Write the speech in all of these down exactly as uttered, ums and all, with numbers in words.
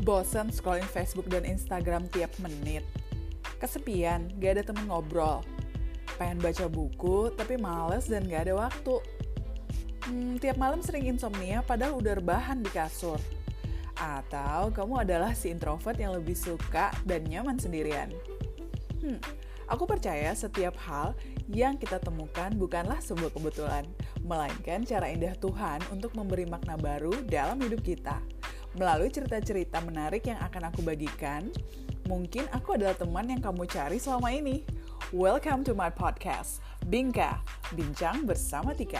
Bosan scrolling Facebook dan Instagram tiap menit. Kesepian, gak ada temen ngobrol. Pengen baca buku, tapi males dan gak ada waktu. Hmm, tiap malam sering insomnia padahal udah rebahan di kasur. Atau kamu adalah si introvert yang lebih suka dan nyaman sendirian. Hmm, aku percaya setiap hal yang kita temukan bukanlah sebuah kebetulan, melainkan cara indah Tuhan untuk memberi makna baru dalam hidup kita. Melalui cerita-cerita menarik yang akan aku bagikan, mungkin aku adalah teman yang kamu cari selama ini. Welcome to my podcast, Bingka, Bincang Bersama Tika.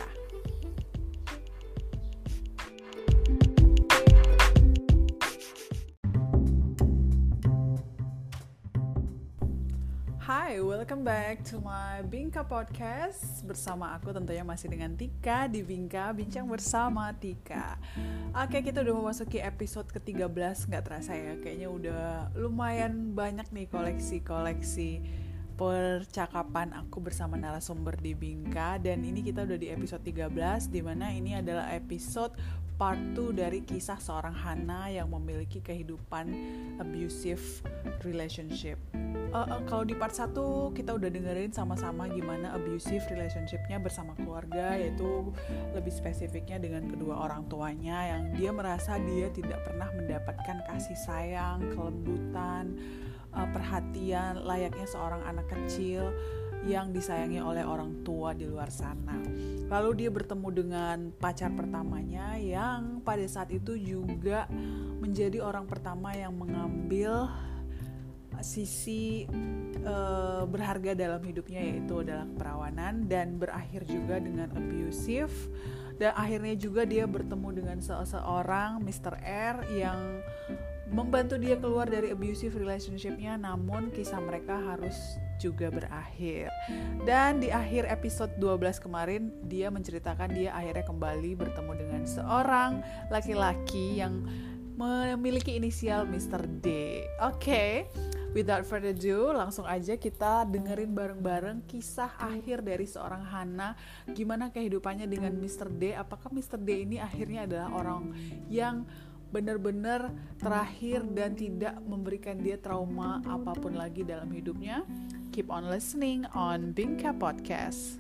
Hai, welcome back to my Bingka Podcast. Bersama aku tentunya masih dengan Tika di Bingka, Bincang Bersama Tika. Oke, kita udah memasuki episode ke tiga belas. Gak terasa ya, kayaknya udah lumayan banyak nih koleksi-koleksi percakapan aku bersama narasumber di Bingka. Dan ini kita udah di episode tiga belas, dimana ini adalah episode part dua dari kisah seorang Hana yang memiliki kehidupan abusive relationship. Uh, uh, kalau di part satu kita udah dengerin sama-sama gimana abusive relationship-nya bersama keluarga, yaitu lebih spesifiknya dengan kedua orang tuanya yang dia merasa dia tidak pernah mendapatkan kasih sayang, kelembutan, uh, perhatian layaknya seorang anak kecil yang disayangi oleh orang tua di luar sana. Lalu dia bertemu dengan pacar pertamanya yang pada saat itu juga menjadi orang pertama yang mengambil sisi uh, berharga dalam hidupnya, yaitu adalah keperawanan, dan berakhir juga dengan abusive. Dan akhirnya juga dia bertemu dengan seseorang mister R yang membantu dia keluar dari abusive relationship-nya, namun kisah mereka harus juga berakhir. Dan di akhir episode dua belas kemarin dia menceritakan dia akhirnya kembali bertemu dengan seorang laki-laki yang memiliki inisial mister D. Oke, okay. Without further ado, langsung aja kita dengerin bareng-bareng kisah akhir dari seorang Hana. Gimana kehidupannya dengan mister D? Apakah mister D ini akhirnya adalah orang yang benar-benar terakhir dan tidak memberikan dia trauma apapun lagi dalam hidupnya? Keep on listening on Bingka Podcast.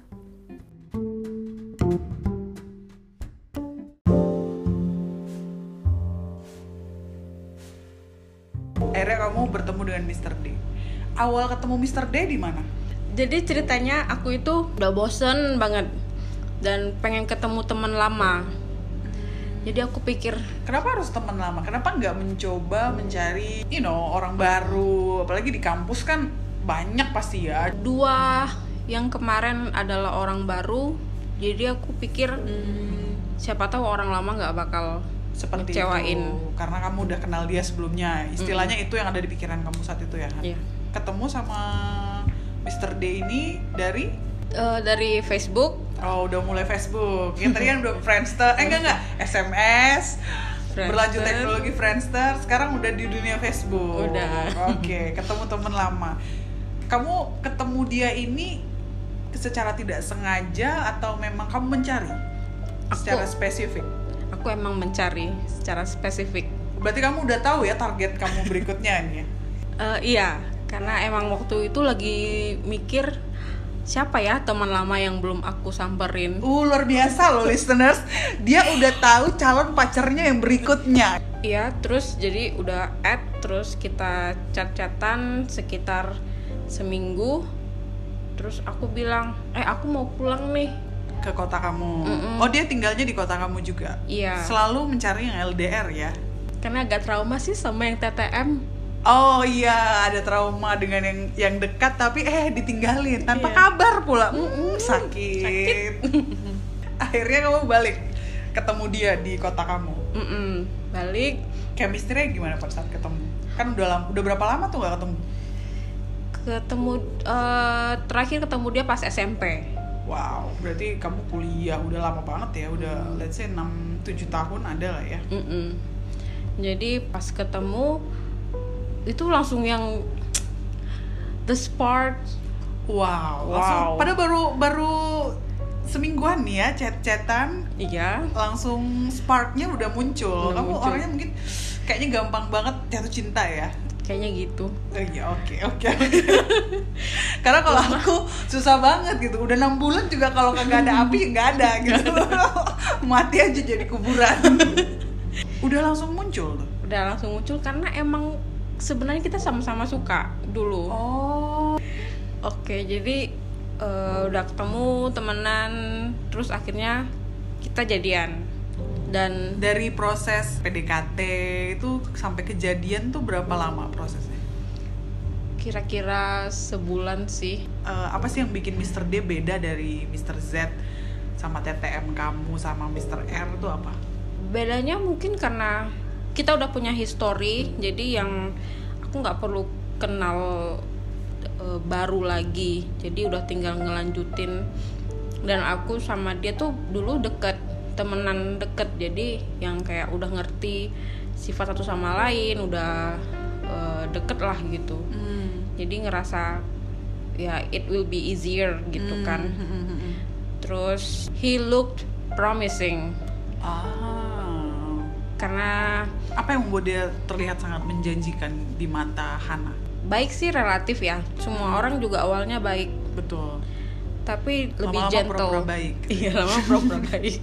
Akhirnya kamu bertemu dengan mister D. Awal ketemu mister D di mana? Jadi ceritanya aku itu udah bosen banget dan pengen ketemu teman lama. Jadi aku pikir, kenapa harus teman lama? Kenapa nggak mencoba mencari, you know, orang baru? Apalagi di kampus kan banyak pasti ya. Dua yang kemarin adalah orang baru. Jadi aku pikir hmm, siapa tahu orang lama nggak bakal seperti ngecewain. Itu karena kamu udah kenal dia sebelumnya, istilahnya mm. itu yang ada di pikiran kamu saat itu ya. Yeah. Ketemu sama mister D ini dari uh, dari Facebook. Oh, udah mulai Facebook. Yang tadi kan udah Friendster, eh enggak enggak S M S, Friendster. Berlanjut teknologi Friendster, sekarang udah di dunia Facebook. Udah. Oke, okay, ketemu teman lama. Kamu ketemu dia ini secara tidak sengaja atau memang kamu mencari Aku. secara spesifik? Aku emang mencari secara spesifik. Berarti kamu udah tahu ya target kamu berikutnya nih? Uh, iya, karena emang waktu itu lagi mikir siapa ya teman lama yang belum aku samperin. Uh, luar biasa loh listeners. Dia udah tahu calon pacarnya yang berikutnya. Iya, terus jadi udah add, terus kita chat-chatan sekitar seminggu. Terus aku bilang, eh aku mau pulang nih ke kota kamu. Mm-mm. Oh, dia tinggalnya di kota kamu juga? Iya. Selalu mencari yang L D R ya? Karena agak trauma sih sama yang T T M. Oh iya, ada trauma dengan yang yang dekat tapi eh ditinggalin tanpa iya. kabar pula. Mm-mm. Sakit. Sakit. Akhirnya kamu balik ketemu dia di kota kamu. Mm-mm. Balik. Chemistry-nya gimana pada saat ketemu? Kan udah lama, udah berapa lama tuh gak ketemu? Ketemu uh, terakhir ketemu dia pas S M P. Wow, berarti kamu kuliah udah lama banget ya, udah let's say enam tujuh tahun ada lah ya. Mm-mm. Jadi pas ketemu itu langsung yang the spark. Wow, langsung wow. Padahal baru baru semingguan nih ya chat-chatan. Iya. Langsung sparknya udah muncul. Udah kamu muncul. Orangnya mungkin kayaknya gampang banget jatuh cinta ya. Kayaknya gitu. Oh iya, oke oke oke. Karena kalau aku susah banget gitu. Udah enam bulan juga kalau kagak ada api nggak ada gitu. Mati aja jadi kuburan. Udah langsung muncul tuh. Udah langsung muncul karena emang sebenarnya kita sama-sama suka dulu. Oh. Oke, jadi uh, udah ketemu temenan, terus akhirnya kita jadian. Dan dari proses P D K T itu sampai kejadian tuh berapa lama prosesnya? Kira-kira sebulan sih. Uh, apa sih yang bikin mister D beda dari mister Z sama T T M kamu sama mister R tuh apa? Bedanya mungkin karena kita udah punya history, jadi yang aku nggak perlu kenal uh, baru lagi. Jadi udah tinggal ngelanjutin. Dan aku sama dia tuh dulu deket, temenan deket, jadi yang kayak udah ngerti sifat satu sama lain, udah uh, deket lah gitu. Mm. Jadi ngerasa ya it will be easier gitu mm. kan. Mm-hmm. Terus he looked promising. Ah. Karena apa yang membuat dia terlihat sangat menjanjikan di mata Hana? Baik sih relatif ya. Semua mm. orang juga awalnya baik. Betul. Tapi lebih lama-lama gentle. Pura-pura baik. Iya, lama pura-pura baik.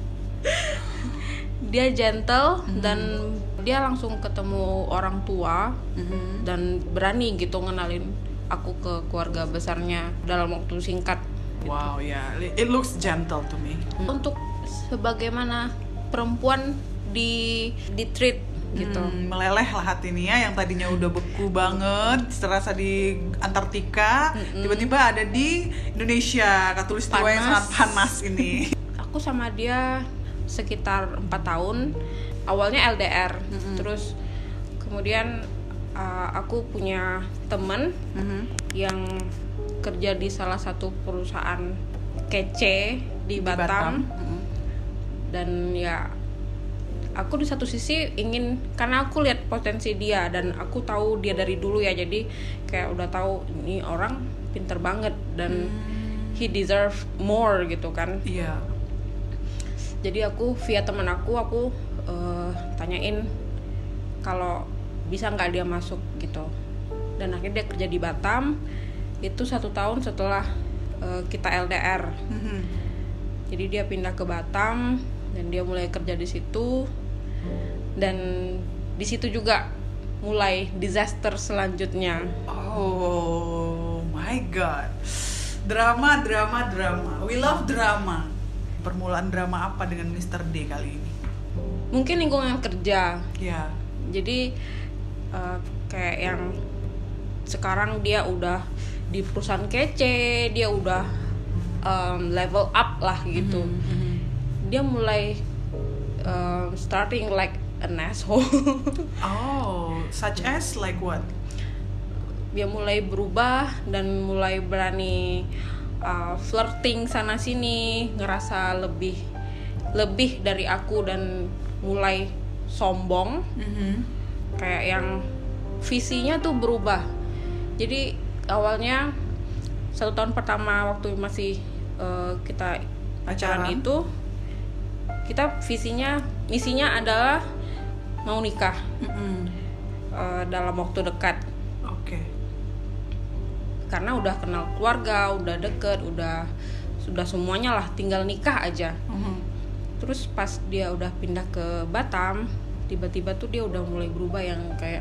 Dia gentle mm-hmm. dan dia langsung ketemu orang tua mm-hmm. dan berani gitu ngenalin aku ke keluarga besarnya dalam waktu singkat. Wow, ya, yeah. It looks gentle to me. Untuk sebagaimana perempuan di di treat gitu. Hmm, meleleh lah hatinya yang tadinya udah beku banget, terasa di Antartika, mm-hmm. tiba-tiba ada di Indonesia, Katulistiwa yang sangat panas ini. Aku sama dia sekitar empat tahun, awalnya L D R, mm-hmm. terus kemudian uh, aku punya temen mm-hmm. yang kerja di salah satu perusahaan kece di, di Batam, Batam. Mm-hmm. Dan ya aku di satu sisi ingin, karena aku lihat potensi dia dan aku tahu dia dari dulu ya, jadi kayak udah tahu ini orang pinter banget dan hmm. he deserve more gitu kan. Iya. Yeah. Jadi aku via teman aku aku uh, tanyain kalau bisa nggak dia masuk gitu, dan akhirnya dia kerja di Batam itu satu tahun setelah uh, kita L D R. Mm-hmm. Jadi dia pindah ke Batam dan dia mulai kerja di situ. Dan di situ juga mulai disaster selanjutnya. Oh my god, drama drama drama, we love drama. Permulaan drama apa dengan mister D kali ini? Mungkin lingkungan kerja. Ya. Yeah. Jadi uh, kayak yang sekarang dia udah di perusahaan kece, dia udah um, level up lah gitu. Mm-hmm. Dia mulai Uh, starting like an asshole. Oh, such as like what? Dia mulai berubah dan mulai berani uh, flirting sana sini, ngerasa lebih lebih dari aku dan mulai sombong. Mm-hmm. Kayak yang visinya tuh berubah. Jadi awalnya satu tahun pertama waktu masih uh, kita pacaran itu, kita visinya, misinya adalah mau nikah mm-hmm. uh, dalam waktu dekat. Oke. Okay. Karena udah kenal keluarga, udah deket, udah sudah semuanya lah, tinggal nikah aja. Mm-hmm. Terus pas dia udah pindah ke Batam, tiba-tiba tuh dia udah mulai berubah yang kayak,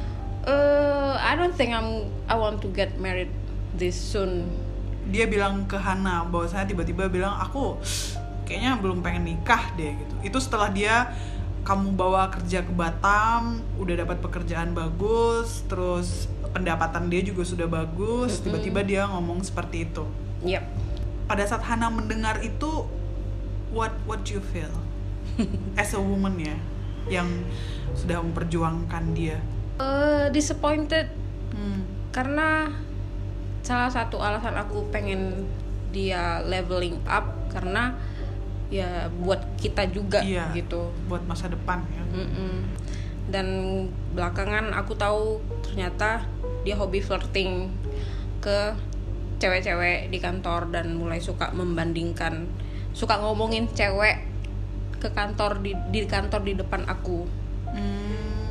uh, I don't think I'm I want to get married this soon. Dia bilang ke Hana bahwasanya tiba-tiba bilang aku kayaknya belum pengen nikah deh gitu. Itu setelah dia kamu bawa kerja ke Batam, udah dapat pekerjaan bagus, terus pendapatan dia juga sudah bagus, mm-hmm. tiba-tiba dia ngomong seperti itu. Yep. Pada saat Hana mendengar itu, what what you feel as a woman ya, yang sudah memperjuangkan dia? Uh, disappointed. Hmm. Karena salah satu alasan aku pengen dia leveling up karena ya buat kita juga, iya, gitu, buat masa depan ya. Mm-mm. Dan belakangan aku tahu ternyata dia hobi flirting ke cewek-cewek di kantor dan mulai suka membandingkan, suka ngomongin cewek ke kantor di di kantor di depan aku. Hmm.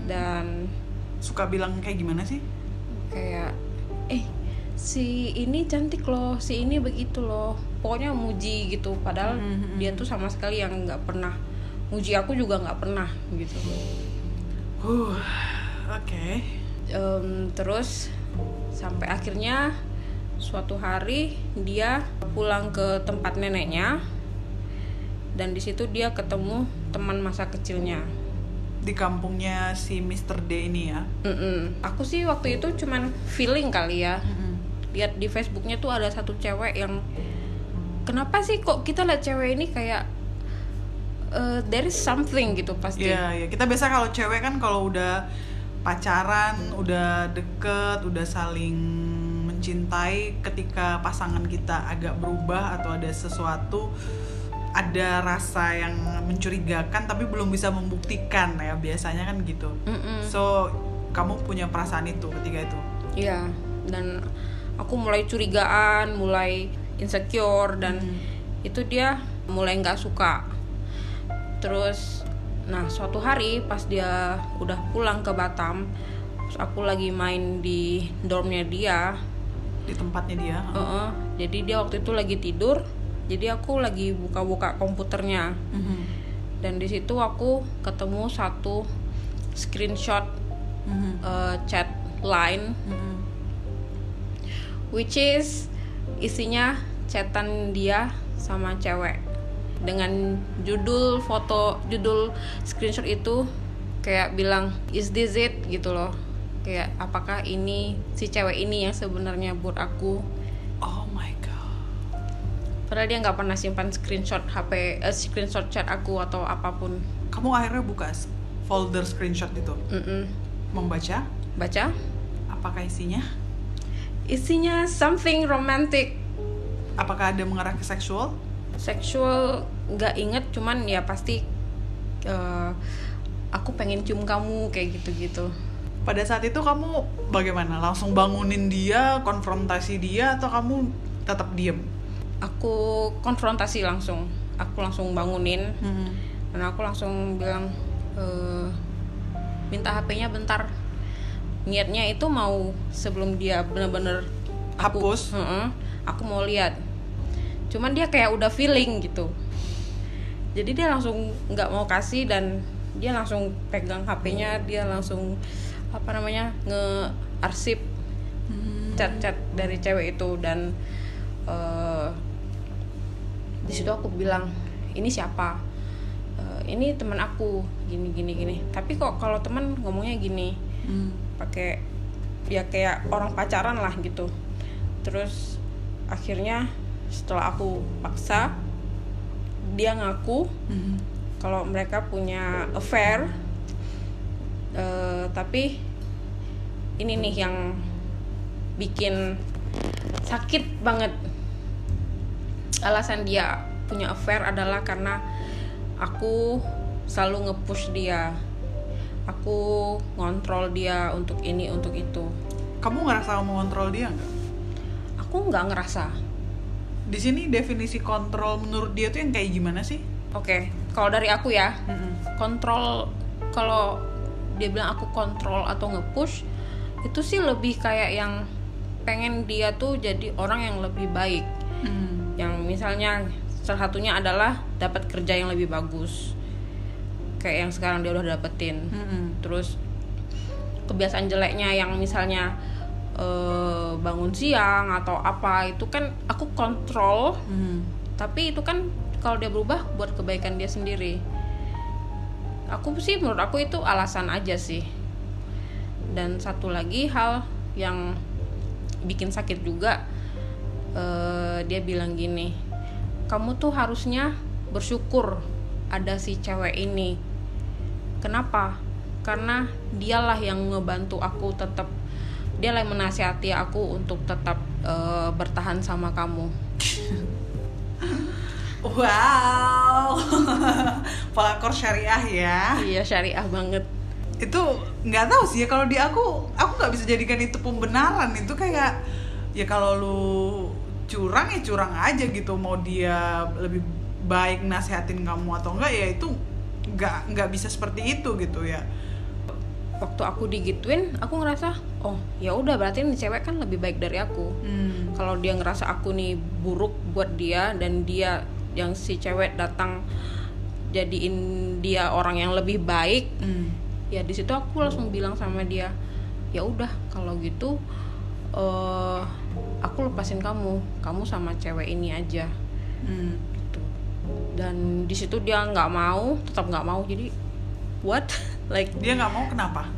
Dan suka bilang kayak gimana sih? Kayak eh si ini cantik loh, si ini begitu loh, pokoknya muji gitu. Padahal mm-hmm. dia tuh sama sekali yang nggak pernah muji aku, juga nggak pernah gitu. Uh, oke. Okay. Um, terus sampai akhirnya suatu hari dia pulang ke tempat neneknya, dan di situ dia ketemu teman masa kecilnya di kampungnya si mister D ini ya. Mm-mm. Aku sih waktu itu cuman feeling kali ya. Mm-mm. Lihat di Facebooknya tuh ada satu cewek yang kenapa sih kok kita lihat cewek ini kayak uh, there is something gitu pasti. Iya, yeah, yeah. Kita biasa kalau cewek kan kalau udah pacaran, udah deket, udah saling mencintai, ketika pasangan kita agak berubah atau ada sesuatu, ada rasa yang mencurigakan tapi belum bisa membuktikan ya, biasanya kan gitu. Mm-mm. So kamu punya perasaan itu ketika itu? Iya, dan aku mulai curigaan, mulai insecure, dan mm. itu dia mulai nggak suka. Terus, nah suatu hari pas dia udah pulang ke Batam, terus aku lagi main di dormnya dia, di tempatnya dia. Uh-uh. Jadi dia waktu itu lagi tidur. Jadi aku lagi buka-buka komputernya, mm-hmm. dan di situ aku ketemu satu screenshot mm-hmm. uh, chat line, mm-hmm. which is isinya chatan dia sama cewek dengan judul foto, judul screenshot itu kayak bilang is this it gitu loh, kayak apakah ini si cewek ini yang sebenarnya buat aku. Oh my god. Padahal dia nggak pernah simpan screenshot H P, eh, screenshot chat aku atau apapun. Kamu akhirnya buka folder screenshot itu? Mm-mm. Membaca? Baca. Apakah isinya? Isinya something romantic. Apakah ada mengarah ke seksual? Seksual nggak inget, cuman ya pasti uh, aku pengen cium kamu kayak gitu-gitu. Pada saat itu kamu bagaimana? Langsung bangunin dia, konfrontasi dia, atau kamu tetap diem? Aku konfrontasi langsung, aku langsung bangunin, hmm. dan aku langsung bilang e, minta H P-nya bentar. Niatnya itu mau sebelum dia benar-benar hapus, aku, uh-uh, aku mau lihat. Cuman dia kayak udah feeling gitu, jadi dia langsung nggak mau kasih, dan dia langsung pegang H P-nya, dia langsung apa namanya nge-arsip hmm. chat-chat dari cewek itu. Dan uh, di situ aku bilang ini siapa, uh, ini teman aku gini gini gini. Tapi kok kalau teman ngomongnya gini, hmm. pakai ya kayak orang pacaran lah gitu. Terus akhirnya setelah aku paksa, dia ngaku hmm. kalau mereka punya affair. Uh, tapi ini nih yang bikin sakit banget. Alasan dia punya affair adalah karena aku selalu nge-push dia, aku ngontrol dia untuk ini untuk itu. Kamu ngerasa kamu ngontrol dia nggak? Aku nggak ngerasa. Di sini definisi kontrol menurut dia tuh yang kayak gimana sih? Oke, okay. Kalau dari aku ya, mm-hmm. kontrol, kalau dia bilang aku kontrol atau nge-push, itu sih lebih kayak yang pengen dia tuh jadi orang yang lebih baik. Mm. Yang misalnya salah satunya adalah dapat kerja yang lebih bagus, kayak yang sekarang dia udah dapetin. Mm-hmm. Terus kebiasaan jeleknya yang misalnya uh, bangun siang atau apa, itu kan aku kontrol. Mm. Tapi itu kan kalau dia berubah buat kebaikan dia sendiri. Aku sih menurut aku itu alasan aja sih. Dan satu lagi hal yang bikin sakit juga, uh, dia bilang gini, kamu tuh harusnya bersyukur ada si cewek ini. Kenapa? Karena dialah yang ngebantu aku tetap, dialah yang menasihati aku untuk tetap uh, bertahan sama kamu. Wow, pelakor syariah ya. Iya, syariah banget. Itu nggak tahu sih ya, kalau di aku aku nggak bisa jadikan itu pembenaran. Itu kayak ya kalau lu curang ya curang aja gitu, mau dia lebih baik nasehatin kamu atau enggak ya itu nggak nggak bisa seperti itu gitu ya. waktu aku digituin aku ngerasa oh ya udah berarti ini cewek kan lebih baik dari aku. hmm. Kalau dia ngerasa aku nih buruk buat dia dan dia yang si cewek datang jadiin dia orang yang lebih baik, hmm. ya di situ aku langsung bilang sama dia ya udah kalau gitu uh, aku lepasin kamu kamu sama cewek ini aja. hmm. Gitu. Dan di situ dia nggak mau, tetap nggak mau. Jadi what? Like dia nggak mau kenapa?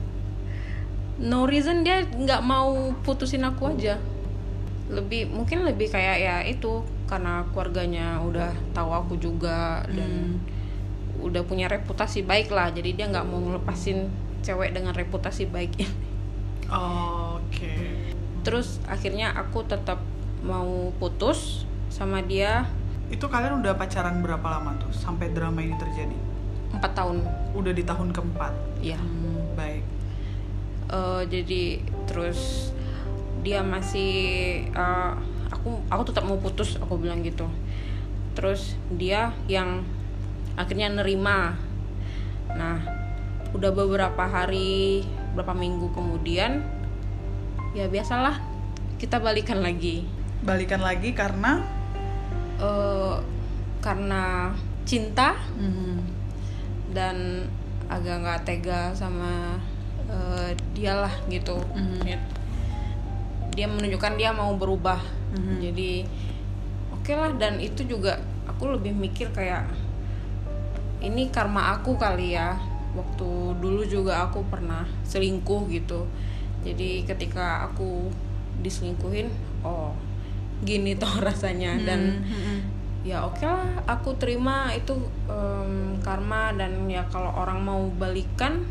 No reason, dia nggak mau putusin aku aja. Lebih mungkin lebih kayak ya itu karena keluarganya udah tahu aku juga hmm. dan udah punya reputasi baik lah. Jadi dia nggak mau ngelepasin cewek dengan reputasi baik ini. Oh, Oke. Okay. Terus akhirnya aku tetap mau putus sama dia. Itu kalian udah pacaran berapa lama tuh sampai drama ini terjadi? Empat tahun. Udah di tahun keempat. Iya. Hmm, baik. Uh, jadi terus dia masih uh, aku aku tetap mau putus, aku bilang gitu. Terus dia yang akhirnya nerima. Nah, udah beberapa hari, beberapa minggu kemudian, ya biasalah kita balikan lagi. Balikan lagi karena uh, karena cinta. Mm-hmm. Dan agak nggak tega sama uh, dia lah gitu. Mm-hmm. Dia menunjukkan dia mau berubah. Mm-hmm. Jadi oke okay lah, dan itu juga aku lebih mikir kayak ini karma aku kali ya. Waktu dulu juga aku pernah selingkuh gitu. Jadi ketika aku diselingkuhin, oh gini toh rasanya. Mm-hmm. Dan ya oke okay lah, aku terima itu um, karma. Dan ya kalau orang mau balikan,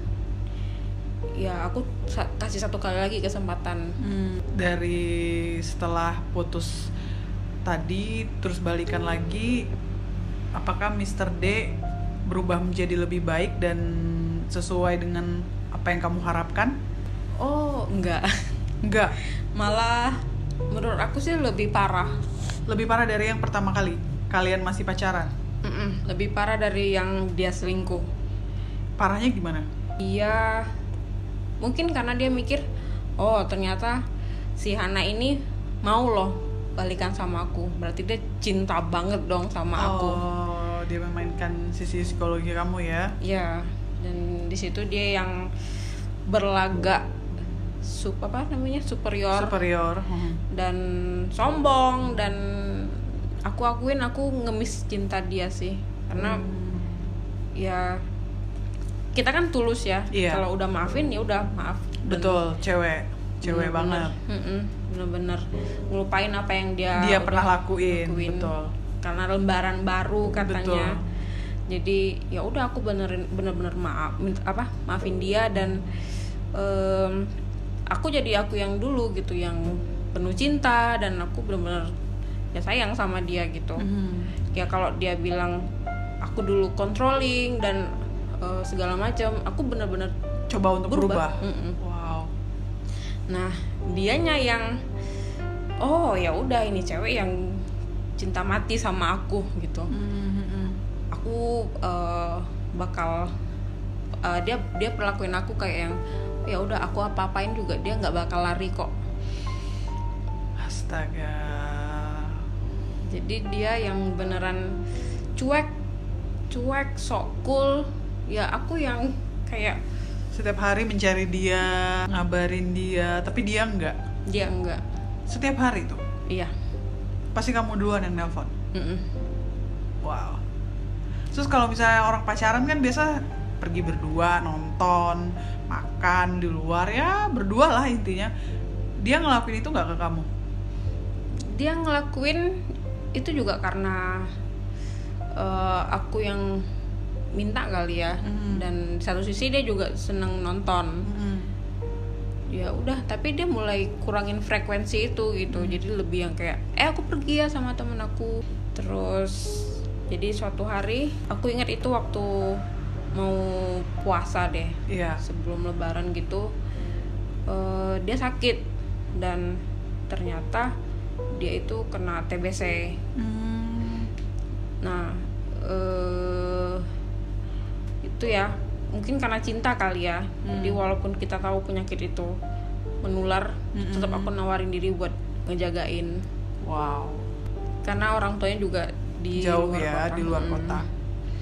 ya aku sa- kasih satu kali lagi kesempatan. hmm. Dari setelah putus tadi terus balikan lagi, apakah mister D berubah menjadi lebih baik dan sesuai dengan apa yang kamu harapkan? Oh enggak. Enggak? Malah menurut aku sih lebih parah. Lebih parah dari yang pertama kali kalian masih pacaran? Mm-mm, lebih parah dari yang dia selingkuh. Parahnya gimana? Iya, mungkin karena dia mikir, oh ternyata si Hana ini mau loh balikan sama aku, berarti dia cinta banget dong sama oh, aku. Oh, dia memainkan sisi psikologi kamu ya? Iya, dan di situ dia yang berlagak sup apa namanya superior. Superior. Hmm. Dan sombong, dan aku akuin aku ngemis cinta dia sih, karena hmm. ya kita kan tulus ya. Iya. Kalau udah maafin ya udah maaf. Betul, cewek, cewek banget. Bener-bener ngelupain apa yang dia dia pernah lakuin. lakuin. Betul. Karena lembaran baru katanya. Betul. Jadi ya udah aku benerin bener-bener maaf apa maafin dia, dan um, aku jadi aku yang dulu gitu, yang penuh cinta, dan aku bener-bener ya sayang sama dia gitu. Mm-hmm. Ya kalau dia bilang aku dulu controlling dan uh, segala macam, aku bener-bener coba untuk berubah. berubah. Wow. Nah, dianya yang oh ya udah ini cewek yang cinta mati sama aku gitu. Mm-hmm. Aku uh, bakal uh, dia dia perlakuin aku kayak yang ya udah aku apa-apain juga dia nggak bakal lari kok. Astaga. Jadi dia yang beneran cuek, cuek, sok cool. Ya aku yang kayak setiap hari mencari dia, ngabarin dia, tapi dia enggak. Dia enggak. Setiap hari tuh? Iya. Pasti kamu duluan yang nelpon? Mm-mm. Wow. Terus kalau misalnya orang pacaran kan biasa pergi berdua, nonton, makan di luar, ya berdua lah intinya. Dia ngelakuin itu nggak ke kamu? Dia ngelakuin itu juga karena uh, aku yang minta kali ya. Mm-hmm. Dan di satu sisi dia juga seneng nonton. Mm-hmm. Ya udah, tapi dia mulai kurangin frekuensi itu gitu. Mm-hmm. Jadi lebih yang kayak eh aku pergi ya sama temen aku. Terus jadi suatu hari aku ingat itu waktu mau puasa deh. Yeah. Sebelum lebaran gitu, uh, dia sakit dan ternyata dia itu kena T B C. Mm. Nah, uh, itu ya mungkin karena cinta kali ya. hmm. Jadi walaupun kita tahu penyakit itu menular, hmm. tetap aku nawarin diri buat ngejagain. Wow. Karena orang tuanya juga di jauh luar ya kota. di luar kota. hmm.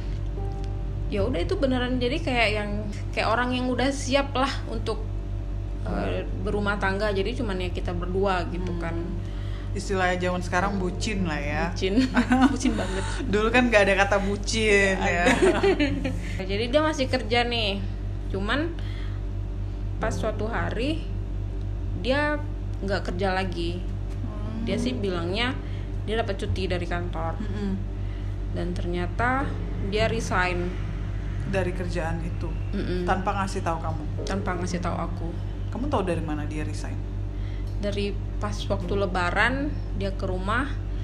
Ya udah, itu beneran jadi kayak yang kayak orang yang udah siap lah untuk uh, berumah tangga. Jadi cuman ya kita berdua gitu hmm. kan. Istilahnya zaman sekarang bucin lah ya. Bucin, bucin banget. Dulu kan nggak ada kata bucin ya. Jadi dia masih kerja nih. Cuman pas suatu hari dia nggak kerja lagi. Hmm. Dia sih bilangnya dia dapat cuti dari kantor. Hmm. Dan ternyata dia resign dari kerjaan itu. Mm-mm. Tanpa ngasih tahu kamu. Tanpa ngasih tahu aku. Kamu tahu dari mana dia resign? Dari pas waktu lebaran dia ke rumah,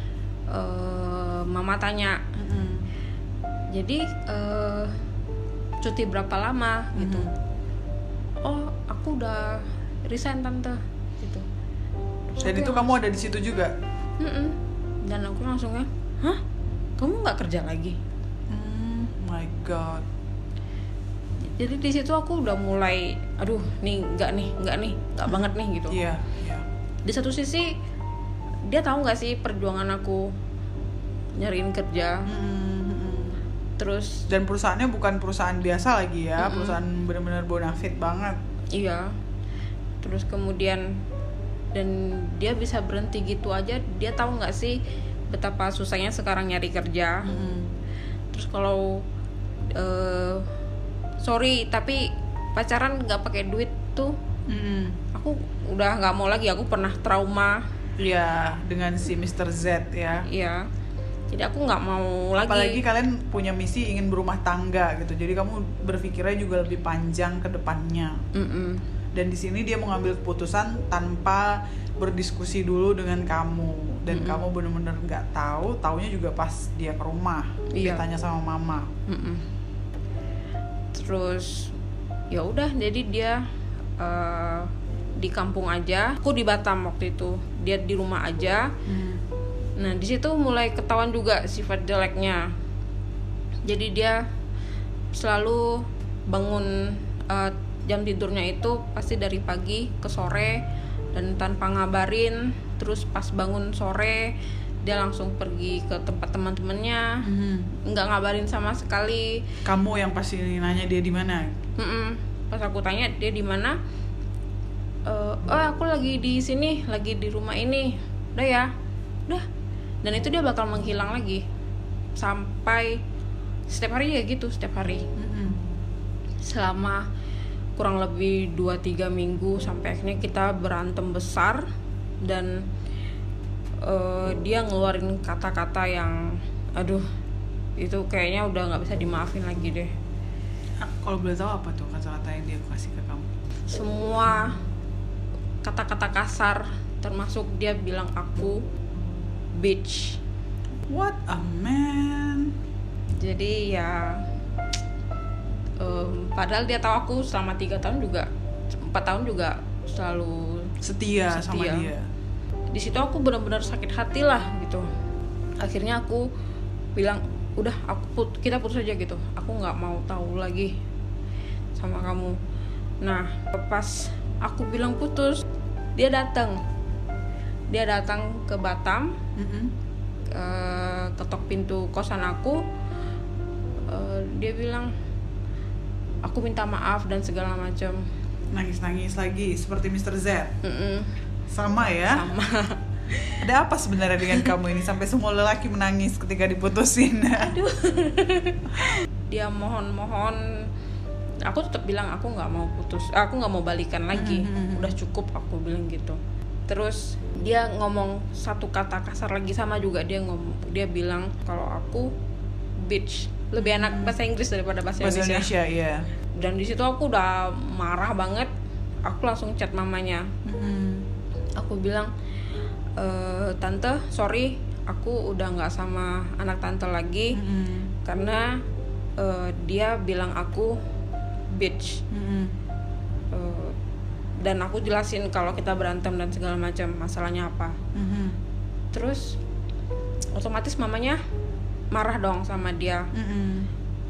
uh, mama tanya, mm-hmm. jadi uh, cuti berapa lama gitu. Mm-hmm. Oh, aku udah resign tante gitu. Terus dan itu kamu ada di situ juga? Mm-mm. Dan aku langsungnya, hah, kamu nggak kerja lagi? Mm, my god. Jadi di situ aku udah mulai, aduh, nih nggak nih, nggak nih, nggak banget nih gitu. Iya. Yeah, yeah. Di satu sisi dia tahu nggak sih perjuangan aku nyariin kerja. Mm-hmm. Terus dan perusahaannya bukan perusahaan biasa lagi ya, mm-hmm. perusahaan benar-benar bonafit banget. Iya. Terus kemudian dan dia bisa berhenti gitu aja. Dia tahu nggak sih betapa susahnya sekarang nyari kerja. Mm-hmm. Terus kalau uh, sorry tapi pacaran nggak pakai duit tuh, mm-hmm. aku udah nggak mau lagi. Aku pernah trauma. Iya, dengan si mister Z ya. Iya. Jadi aku nggak mau lagi. Apalagi kalian punya misi ingin berumah tangga gitu. Jadi kamu berpikirnya juga lebih panjang ke depannya. Mm-mm. Dan di sini dia mengambil keputusan tanpa berdiskusi dulu dengan kamu. Dan Mm-mm. kamu benar-benar nggak tahu. Taunya juga pas dia ke rumah. Iya. Ditanya sama mama. Mm-mm. Terus ya udah, jadi dia uh, di kampung aja. Aku di Batam waktu itu, dia di rumah aja. hmm. Nah di situ mulai ketahuan juga sifat jeleknya. Jadi dia selalu bangun, uh, jam tidurnya itu pasti dari pagi ke sore dan tanpa ngabarin. Terus pas bangun sore dia langsung pergi ke tempat teman-temannya, hmm. nggak ngabarin sama sekali. Kamu yang pasti nanya dia di mana? Mm-mm. Pas aku tanya dia di mana, Uh, oh aku lagi di sini, lagi di rumah ini, udah ya, udah. Dan itu dia bakal menghilang lagi sampai setiap hari ya gitu, setiap hari. Mm-hmm. Selama kurang lebih dua tiga minggu sampai akhirnya kita berantem besar dan uh, dia ngeluarin kata-kata yang, aduh, itu kayaknya udah nggak bisa dimaafin lagi deh. Kalau boleh tahu apa tuh kata-kata yang dia kasih ke kamu? Semua kata-kata kasar, termasuk dia bilang aku bitch. What a man. Jadi ya um, padahal dia tahu aku selama tiga tahun juga, empat tahun juga selalu setia, setia. sama dia. Di situ aku benar-benar sakit hati lah gitu. Akhirnya aku bilang, udah aku put, kita putus aja gitu. Aku nggak mau tahu lagi sama kamu. Nah pas aku bilang putus, dia datang, dia datang ke Batam, mm-hmm. uh, ketok pintu kosan aku, uh, dia bilang, aku minta maaf dan segala macam. Nangis-nangis lagi seperti mister Z. Mm-mm. Sama ya? Sama. Ada apa sebenarnya dengan kamu ini sampai semua lelaki menangis ketika diputusin? Aduh. Dia mohon-mohon. Aku tetap bilang aku nggak mau putus, aku nggak mau balikan lagi, mm-hmm. udah cukup, aku bilang gitu. Terus dia ngomong satu kata kasar lagi, sama juga dia ngomong, dia bilang kalau aku bitch, lebih enak bahasa Inggris daripada bahasa, bahasa Indonesia. Iya. Dan di situ aku udah marah banget, aku langsung chat mamanya. Mm-hmm. Aku bilang, e, tante, sorry, aku udah nggak sama anak tante lagi, mm-hmm. karena uh, dia bilang aku bitch. Mm-hmm. uh, dan aku jelasin kalau kita berantem dan segala macam, masalahnya apa. Mm-hmm. Terus otomatis mamanya marah dong sama dia. Mm-hmm.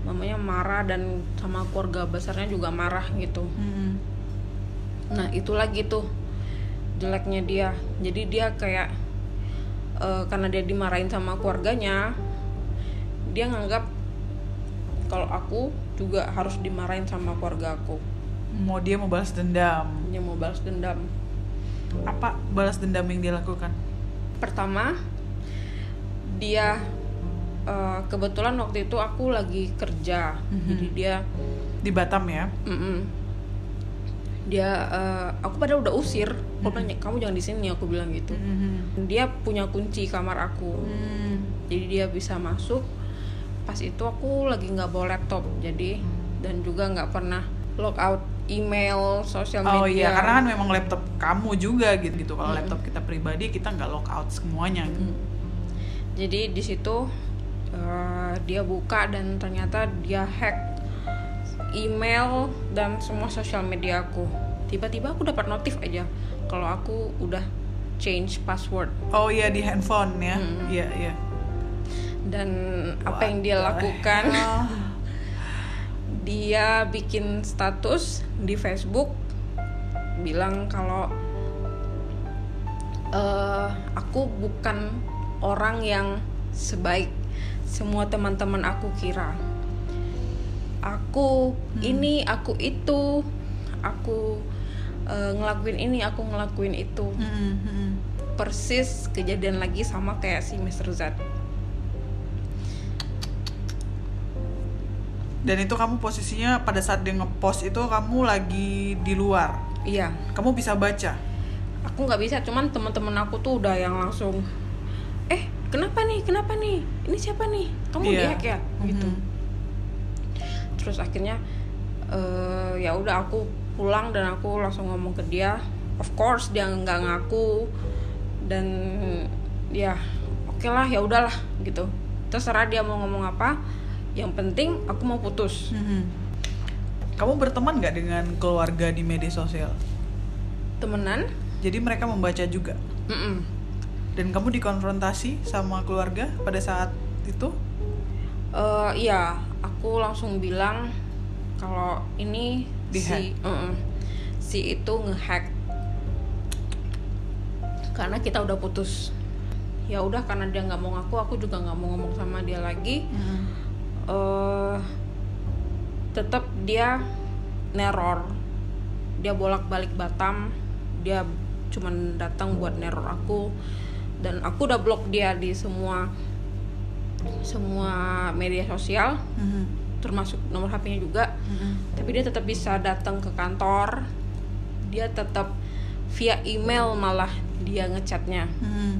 mamanya marah dan sama keluarga besarnya juga marah gitu. Mm-hmm. Nah itu lagi tuh jeleknya dia. Jadi dia kayak uh, karena dia dimarahin sama keluarganya, dia nganggap kalau aku juga harus dimarahin sama keluarga aku. Mau dia mau balas dendam. Dia mau balas dendam. Apa balas dendam yang dia lakukan? Pertama, dia uh, kebetulan waktu itu aku lagi kerja, mm-hmm. jadi dia di Batam ya. Mm-mm. Dia, uh, aku pada udah usir. Mm-hmm. Aku nanya, kamu jangan di sini, aku bilang gitu. Mm-hmm. Dia punya kunci kamar aku, mm. jadi dia bisa masuk. Pas itu aku lagi nggak bawa laptop, jadi dan juga nggak pernah log out email, sosial media. Oh iya, karena kan memang laptop kamu juga gitu gitu. Kalau mm. laptop kita pribadi kita nggak log out semuanya. Gitu. Mm. Jadi di situ uh, dia buka dan ternyata dia hack email dan semua sosial media aku. Tiba-tiba aku dapat notif aja kalau aku udah change password. Oh iya, di handphone ya. Mm. Iya iya. Dan apa What yang dia lakukan? Dia bikin status di Facebook bilang kalau uh, aku bukan orang yang sebaik semua teman-teman aku kira. Aku hmm. ini, aku itu, aku uh, ngelakuin ini, aku ngelakuin itu. Hmm, hmm. Persis kejadian lagi sama kayak si mister Z. Dan itu kamu posisinya pada saat dia ngepost itu kamu lagi di luar. Iya. Kamu bisa baca? Aku nggak bisa, cuman teman-teman aku tuh udah yang langsung, eh kenapa nih, kenapa nih, ini siapa nih, kamu yeah. dihack ya, mm-hmm. gitu. Terus akhirnya uh, ya udah aku pulang dan aku langsung ngomong ke dia. Of course dia nggak ngaku dan ya oke lah, ya udahlah gitu. Terserah dia mau ngomong apa. Yang penting aku mau putus. Mm-hmm. Kamu berteman nggak dengan keluarga di media sosial? Temenan. Jadi mereka membaca juga. Mm-mm. Dan kamu dikonfrontasi sama keluarga pada saat itu? Uh, iya, aku langsung bilang kalau ini si uh-uh, si itu ngehack. Karena kita udah putus. Ya udah, karena dia nggak mau ngaku, aku juga nggak mau ngomong sama dia lagi. Mm. Uh, tetap dia neror, dia bolak-balik Batam, dia cuman datang buat neror aku, dan aku udah blok dia di semua semua media sosial, mm-hmm. termasuk nomor H P-nya juga, mm-hmm. tapi dia tetap bisa datang ke kantor, dia tetap via email malah dia ngechatnya, mm-hmm.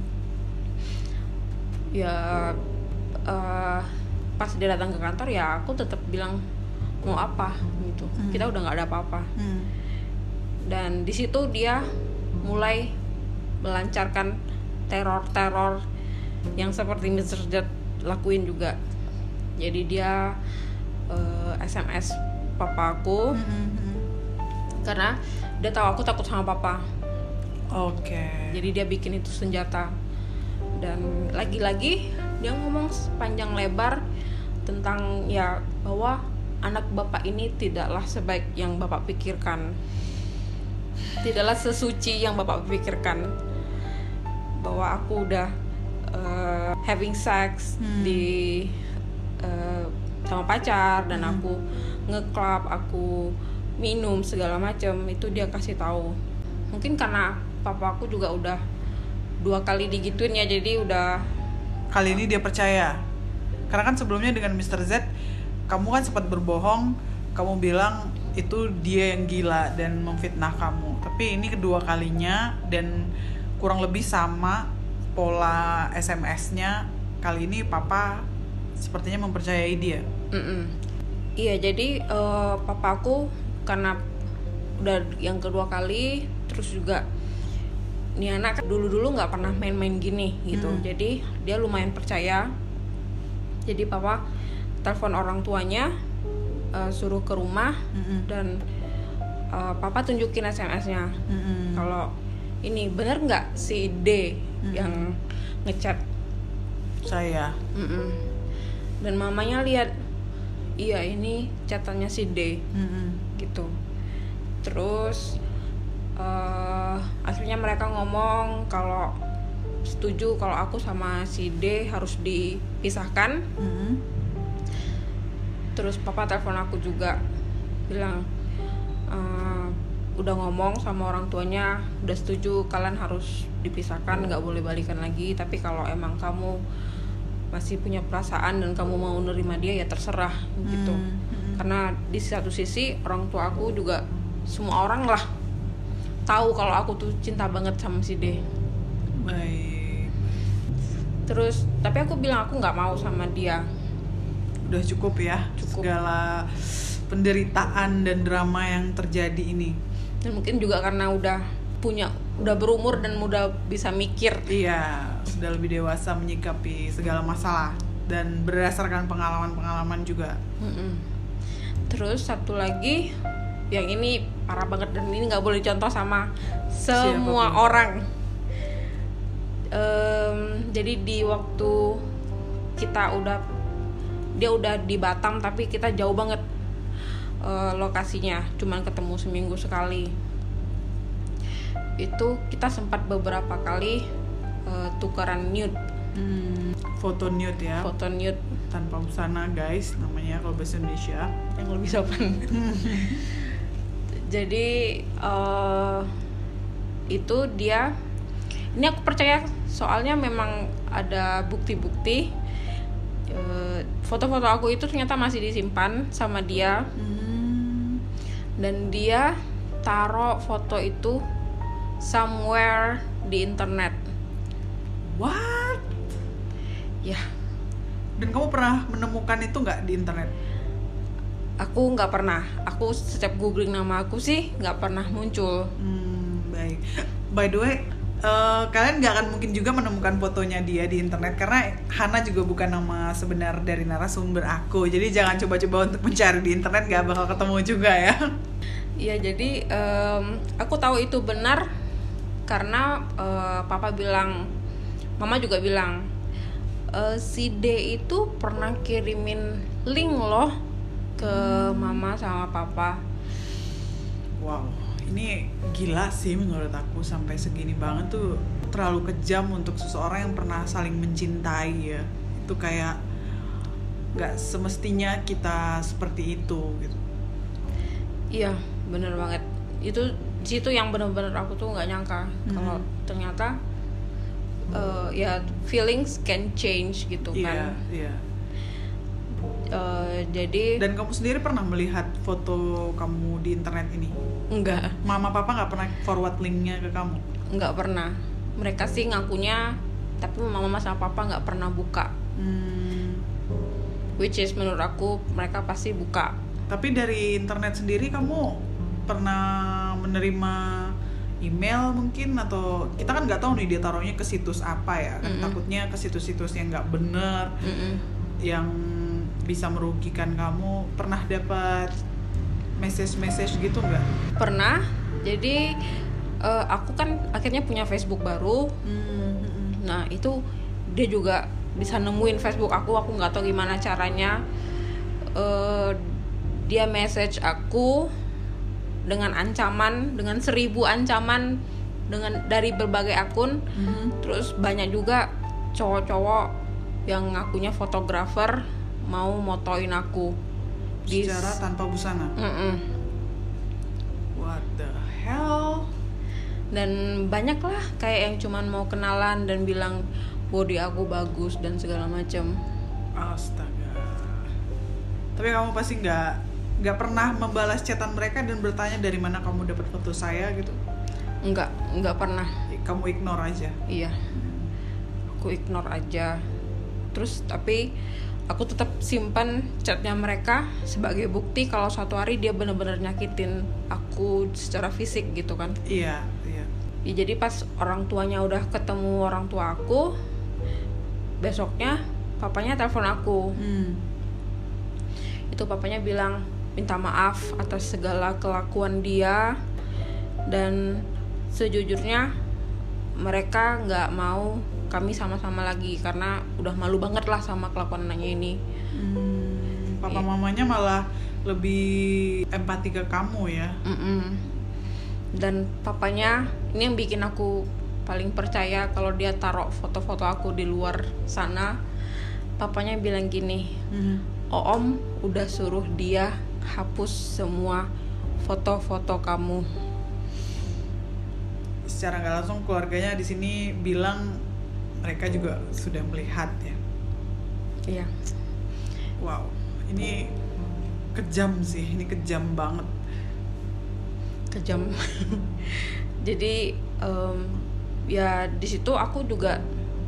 ya. Uh, pas dia datang ke kantor ya aku tetap bilang mau apa gitu, hmm. kita udah nggak ada apa-apa, hmm. dan di situ dia mulai melancarkan teror-teror yang seperti mister Z lakuin juga. Jadi dia uh, S M S papa aku, hmm. karena dia tahu aku takut sama papa. Oke. Okay. Jadi dia bikin itu senjata, dan lagi-lagi dia ngomong sepanjang lebar tentang ya bahwa anak bapak ini tidaklah sebaik yang bapak pikirkan, tidaklah sesuci yang bapak pikirkan, bahwa aku udah uh, having sex hmm. di uh, sama pacar dan hmm. aku nge-club, aku minum segala macam, itu dia kasih tahu. Mungkin karena papa aku juga udah dua kali digituin ya, jadi udah kali ini dia percaya. Karena kan sebelumnya dengan mister Z kamu kan sempat berbohong, kamu bilang itu dia yang gila dan memfitnah kamu. Tapi ini kedua kalinya dan kurang lebih sama pola S M S-nya. Kali ini papa sepertinya mempercayai dia. Mm-mm. Iya, jadi uh, papa aku karena udah yang kedua kali, terus juga nih anak dulu-dulu nggak pernah main-main gini gitu, hmm. jadi dia lumayan percaya. Jadi papa telepon orang tuanya, uh, suruh ke rumah, hmm. dan uh, papa tunjukin S M S-nya, hmm. kalau ini bener nggak si D hmm. yang ngechat saya. Mm-mm. Dan mamanya lihat, iya ini catatannya si D, Mm-mm. gitu. Terus uh, akhirnya mereka ngomong kalau setuju kalau aku sama si D harus dipisahkan. Mm-mm. Terus papa telepon aku juga bilang uh, udah ngomong sama orang tuanya, udah setuju kalian harus dipisahkan, nggak boleh balikan lagi. Tapi kalau emang kamu masih punya perasaan dan kamu mau nerima dia ya terserah, gitu. Mm-mm. Karena di satu sisi orang tua aku juga, semua orang lah tahu kalau aku tuh cinta banget sama si D. Baik. Terus tapi aku bilang aku nggak mau sama dia. Udah cukup ya, Cukup. segala penderitaan dan drama yang terjadi ini. Dan mungkin juga karena udah punya, udah berumur dan udah bisa mikir. Iya, sudah lebih dewasa menyikapi segala masalah dan berdasarkan pengalaman-pengalaman juga. Mm-mm. Terus satu lagi yang ini parah banget dan ini nggak boleh contoh sama semua Siapapun. orang. Um, jadi di waktu kita udah, dia udah di Batam tapi kita jauh banget uh, lokasinya, cuman ketemu seminggu sekali. Itu kita sempat beberapa kali uh, tukaran nude, Hmm, foto nude ya, foto nude tanpa busana guys, namanya kalau bahasa Indonesia. yang lebih sopan. Jadi uh, itu dia, ini aku percaya soalnya memang ada bukti-bukti. Uh, foto-foto aku itu ternyata masih disimpan sama dia. Hmm. Dan dia taruh foto itu somewhere di internet. What? Ya, Dan kamu pernah menemukan itu nggak di internet? aku nggak pernah. Aku setiap googling nama aku sih nggak pernah muncul. Hmm, baik. By the way, uh, kalian nggak akan mungkin juga menemukan fotonya dia di internet karena Hana juga bukan nama sebenar dari narasumber aku. Jadi jangan coba-coba untuk mencari di internet, nggak bakal ketemu juga ya. Iya, jadi um, aku tahu itu benar karena uh, papa bilang, mama juga bilang, e, si D itu pernah kirimin link loh ke mama sama papa. Wow, ini gila sih menurut aku, sampai segini banget tuh, terlalu kejam untuk seseorang yang pernah saling mencintai ya. Itu kayak nggak semestinya kita seperti itu gitu. Iya, bener banget. Itu di situ yang bener-bener aku tuh nggak nyangka Hmm. kalau ternyata uh, ya feelings can change gitu Iya, kan. iya. Uh, jadi Dan kamu sendiri pernah melihat foto kamu di internet ini? enggak, Mama papa nggak pernah forward linknya ke kamu? nggak pernah. Mereka sih ngakunya, tapi mama sama papa nggak pernah buka. Hmm. Which is menurut aku mereka pasti buka. Tapi dari internet sendiri kamu pernah menerima email mungkin, atau kita kan nggak tahu nih dia taruhnya ke situs apa ya kan. Mm-mm. Takutnya ke situs-situs yang nggak bener, Mm-mm. yang bisa merugikan kamu. Pernah dapat message-message gitu nggak? Pernah. Jadi uh, aku kan akhirnya punya Facebook baru. Hmm. Nah itu dia juga bisa nemuin Facebook aku. Aku nggak tahu gimana caranya. Uh, dia message aku dengan ancaman, dengan seribu ancaman, dengan dari berbagai akun. Hmm. Terus banyak juga cowok-cowok yang ngakunya fotografer mau motoin aku di Secara tanpa busana. Mm-mm. What the hell? Dan banyak lah kayak yang cuman mau kenalan dan bilang body aku bagus dan segala macam. Astaga. Tapi kamu pasti nggak nggak pernah membalas chatan mereka dan bertanya dari mana kamu dapat foto saya gitu? Enggak, enggak pernah. Kamu ignore aja. Iya. Aku ignore aja. Terus tapi aku tetap simpan chatnya mereka sebagai bukti kalau suatu hari dia benar-benar nyakitin aku secara fisik gitu kan. Iya, iya. Ya, jadi pas orang tuanya udah ketemu orang tua aku, besoknya papanya telepon aku. Hmm. Itu papanya bilang minta maaf atas segala kelakuan dia, dan sejujurnya mereka nggak mau kami sama-sama lagi karena udah malu banget lah sama kelakuan anaknya ini. Hmm. Papa Iya. mamanya malah lebih empati ke kamu ya. Mm-mm. Dan papanya ini yang bikin aku paling percaya kalau dia taruh foto-foto aku di luar sana. Papanya bilang gini, Mhm. Om udah suruh dia hapus semua foto-foto kamu. Secara nggak langsung keluarganya di sini bilang mereka juga sudah melihat ya. Iya. Wow, ini kejam sih, ini kejam banget. Kejam. Jadi um, ya di situ aku juga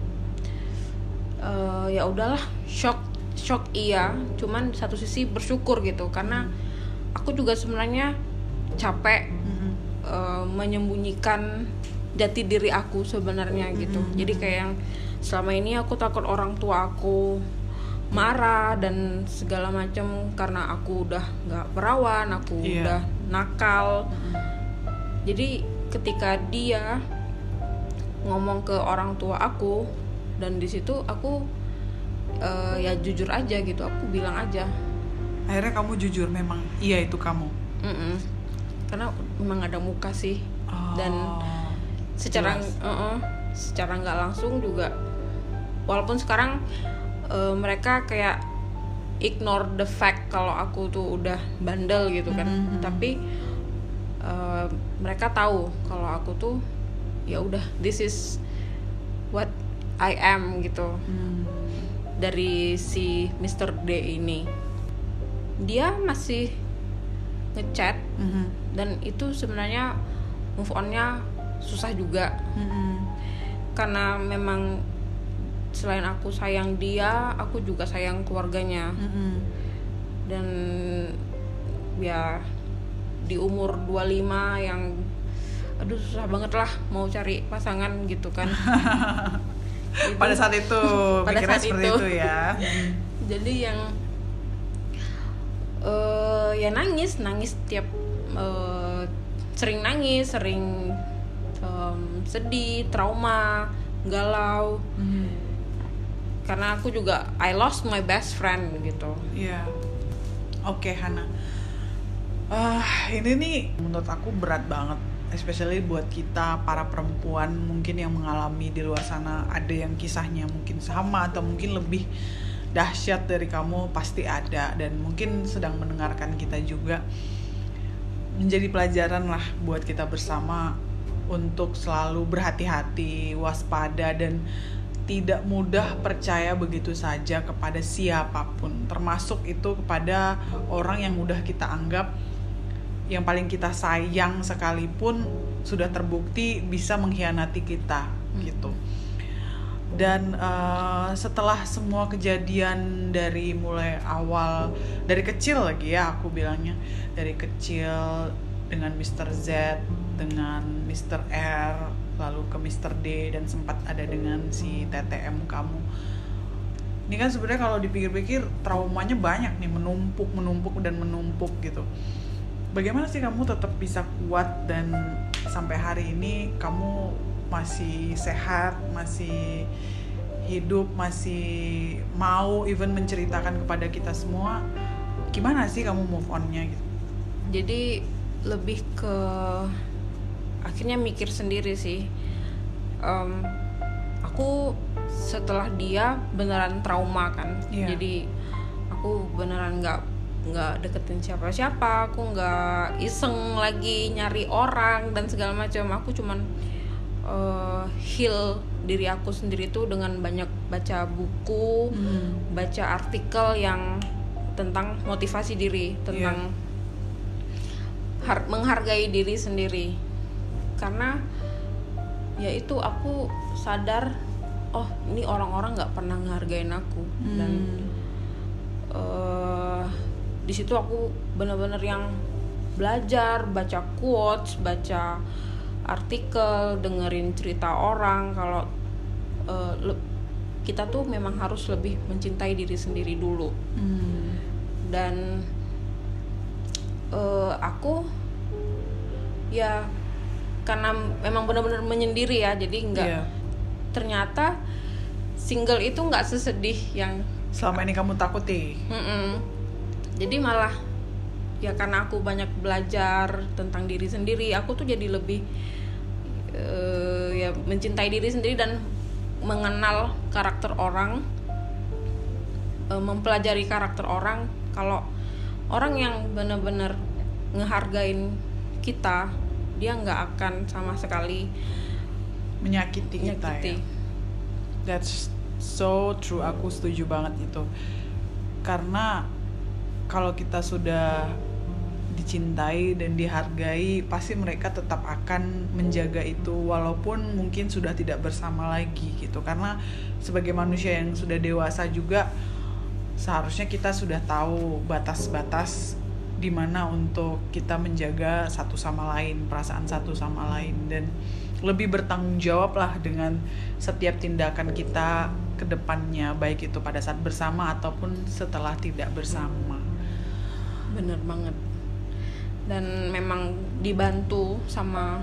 uh, ya udahlah, shock shock iya, cuman di satu sisi bersyukur gitu karena aku juga sebenarnya capek Mhm. uh, menyembunyikan jati diri aku sebenarnya gitu. Mm-hmm. Jadi kayak yang selama ini aku takut orang tua aku marah dan segala macam karena aku udah nggak perawan, aku Iya. udah nakal. Mhm. Jadi ketika dia ngomong ke orang tua aku dan di situ aku uh, ya jujur aja gitu, aku bilang aja. Akhirnya kamu jujur memang iya itu kamu. Mm-mm. Karena memang ada muka sih. Oh, Dan secara jelas. uh-uh, secara nggak langsung juga walaupun sekarang uh, mereka kayak ignore the fact kalau aku tuh udah bandel gitu kan. Mhm. Tapi uh, mereka tahu kalau aku tuh ya udah, this is what I am gitu. Hmm. Dari si mister D ini dia masih ngechat Mhm. dan itu sebenarnya move on-nya susah juga Mhm. karena memang selain aku sayang dia, aku juga sayang keluarganya. Mhm. Dan ya di umur dua puluh lima yang aduh susah banget lah mau cari pasangan gitu kan. Itu- Pada saat itu pada pikirnya saat seperti itu. itu ya. Jadi yang uh, ya nangis nangis tiap uh, sering nangis, sering um, sedih, trauma, galau. Mhm. Karena aku juga I lost my best friend gitu. Iya. Oke, Hana. Ah, ini nih menurut aku berat banget, especially buat kita para perempuan mungkin yang mengalami di luar sana. Ada yang kisahnya mungkin sama atau mungkin lebih dahsyat dari kamu, pasti ada, dan mungkin sedang mendengarkan kita juga. Menjadi pelajaran lah buat kita bersama untuk selalu berhati-hati, waspada, dan tidak mudah percaya begitu saja kepada siapapun, termasuk itu kepada orang yang udah kita anggap yang paling kita sayang sekalipun sudah terbukti bisa mengkhianati kita gitu. Dan uh, setelah semua kejadian dari mulai awal, dari kecil lagi ya aku bilangnya, dari kecil dengan mister Z, dengan mister R, lalu ke mister D, dan sempat ada dengan si T T M kamu. Ini kan sebenarnya kalau dipikir-pikir traumanya banyak nih, menumpuk, menumpuk dan menumpuk gitu. Bagaimana sih kamu tetap bisa kuat dan sampai hari ini kamu masih sehat, masih hidup, masih mau even menceritakan kepada kita semua? Gimana sih kamu move on-nya gitu? Jadi lebih ke akhirnya mikir sendiri sih. Um, aku setelah dia beneran trauma kan. Iya. Jadi aku beneran nggak nggak deketin siapa-siapa, aku nggak iseng lagi nyari orang dan segala macam. Aku cuman uh, heal diri aku sendiri tuh dengan banyak baca buku, Hmm. baca artikel yang tentang motivasi diri, tentang har- menghargai diri sendiri. Karena ya itu aku sadar, oh ini orang-orang nggak pernah ngehargain aku. Hmm. Dan uh, di situ aku benar-benar yang belajar, baca quotes, baca artikel, dengerin cerita orang kalau uh, le- kita tuh memang harus lebih mencintai diri sendiri dulu. Hmm. Dan uh, aku ya karena memang benar-benar menyendiri ya, jadi nggak Iya. ternyata single itu nggak sesedih yang Selama ini kamu takuti. mm-mm. Jadi malah ya karena aku banyak belajar tentang diri sendiri, aku tuh jadi lebih uh, ya mencintai diri sendiri dan mengenal karakter orang, uh, mempelajari karakter orang. Kalau orang yang benar-benar ngehargain kita, dia nggak akan sama sekali menyakiti kita menyakiti. Ya. That's so true, aku setuju banget itu. Karena kalau kita sudah dicintai dan dihargai, pasti mereka tetap akan menjaga itu walaupun mungkin sudah tidak bersama lagi gitu. Karena sebagai manusia yang sudah dewasa juga seharusnya kita sudah tahu batas-batas di mana untuk kita menjaga satu sama lain, perasaan satu sama lain, dan lebih bertanggung jawab lah dengan setiap tindakan kita ke depannya, baik itu pada saat bersama ataupun setelah tidak bersama. Bener banget. Dan memang dibantu sama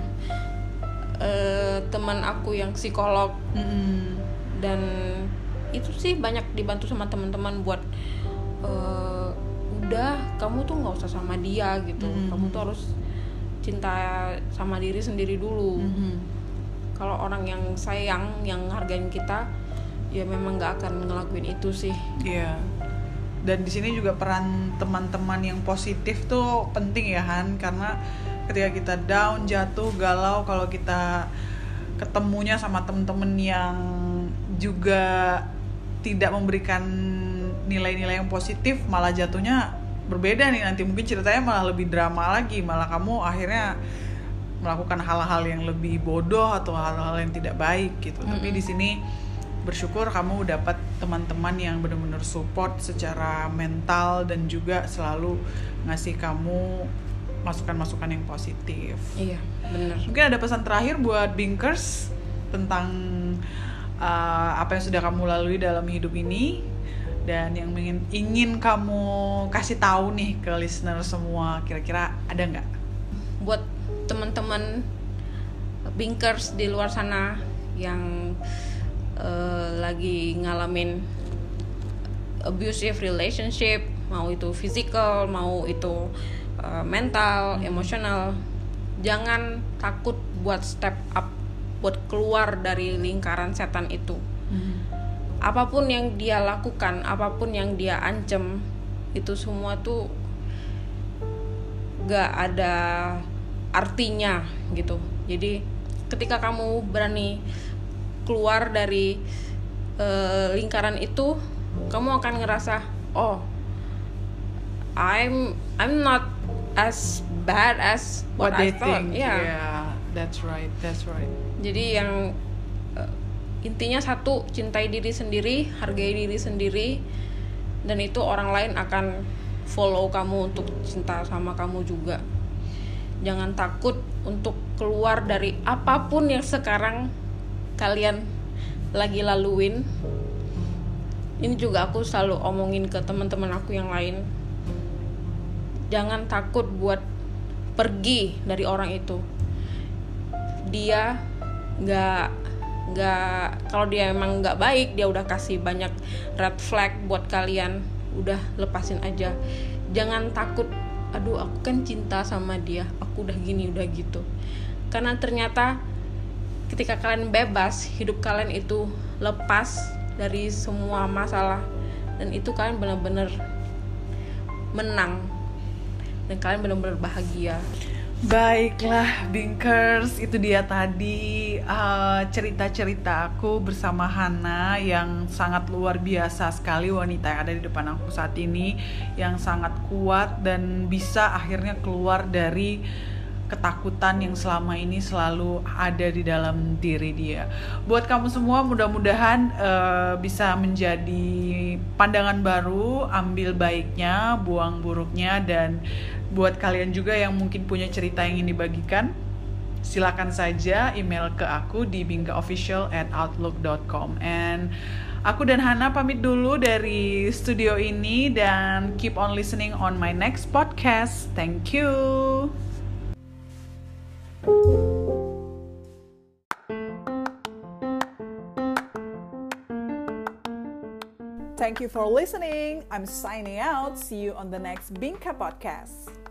uh, teman aku yang psikolog. Mm-hmm. Dan itu sih banyak dibantu sama teman-teman buat uh, udah kamu tuh nggak usah sama dia gitu. Mm-hmm. Kamu tuh harus cinta sama diri sendiri dulu. Mm-hmm. Kalau orang yang sayang, yang hargain kita, ya memang nggak akan ngelakuin itu sih. Iya. Yeah. Dan di sini juga peran teman-teman yang positif tuh penting ya Han, karena ketika kita down, jatuh, galau, kalau kita ketemunya sama teman-teman yang juga tidak memberikan nilai-nilai yang positif, malah jatuhnya berbeda nih, nanti mungkin ceritanya malah lebih drama lagi, malah kamu akhirnya melakukan hal-hal yang lebih bodoh atau hal-hal yang tidak baik gitu. Mm-hmm. Tapi di sini bersyukur kamu dapat teman-teman yang benar-benar support secara mental dan juga selalu ngasih kamu masukan-masukan yang positif. Iya, benar. Mungkin ada pesan terakhir buat Binkers tentang uh, apa yang sudah kamu lalui dalam hidup ini dan yang ingin ingin kamu kasih tahu nih ke listener semua, kira-kira ada nggak? Buat teman-teman Binkers di luar sana yang Uh, lagi ngalamin abusive relationship, mau itu physical, mau itu uh, mental, hmm. emosional, jangan takut buat step up, buat keluar dari lingkaran setan itu. Hmm. Apapun yang dia lakukan, apapun yang dia ancam, itu semua tuh gak ada artinya gitu. Jadi ketika kamu berani keluar dari uh, lingkaran itu, kamu akan ngerasa, oh, I'm I'm not as bad as what, what I thought. Think. Yeah. yeah, that's right, that's right. Jadi yang uh, intinya satu, cintai diri sendiri, hargai diri sendiri, dan itu orang lain akan follow kamu untuk cinta sama kamu juga. Jangan takut untuk keluar dari apapun yang sekarang kalian lagi laluin. Ini juga aku selalu omongin ke teman-teman aku yang lain. Jangan takut buat pergi dari orang itu. Dia nggak nggak kalau dia emang nggak baik, dia udah kasih banyak red flag buat kalian, udah lepasin aja. Jangan takut, aduh aku kan cinta sama dia, aku udah gini udah gitu. Karena ternyata ketika kalian bebas, hidup kalian itu lepas dari semua masalah, dan itu kalian benar-benar menang dan kalian benar-benar bahagia. Baiklah Binkers, itu dia tadi uh, cerita-cerita aku bersama Hana yang sangat luar biasa sekali, wanita yang ada di depan aku saat ini, yang sangat kuat dan bisa akhirnya keluar dari ketakutan yang selama ini selalu ada di dalam diri dia. Buat kamu semua, mudah-mudahan uh, bisa menjadi pandangan baru, ambil baiknya, buang buruknya. Dan buat kalian juga yang mungkin punya cerita yang ingin dibagikan, silakan saja email ke aku di bingkaofficial at outlook dot com. And aku dan Hana pamit dulu dari studio ini, dan keep on listening on my next podcast. Thank you. Thank you for listening. I'm signing out. See you on the next Bingka podcast.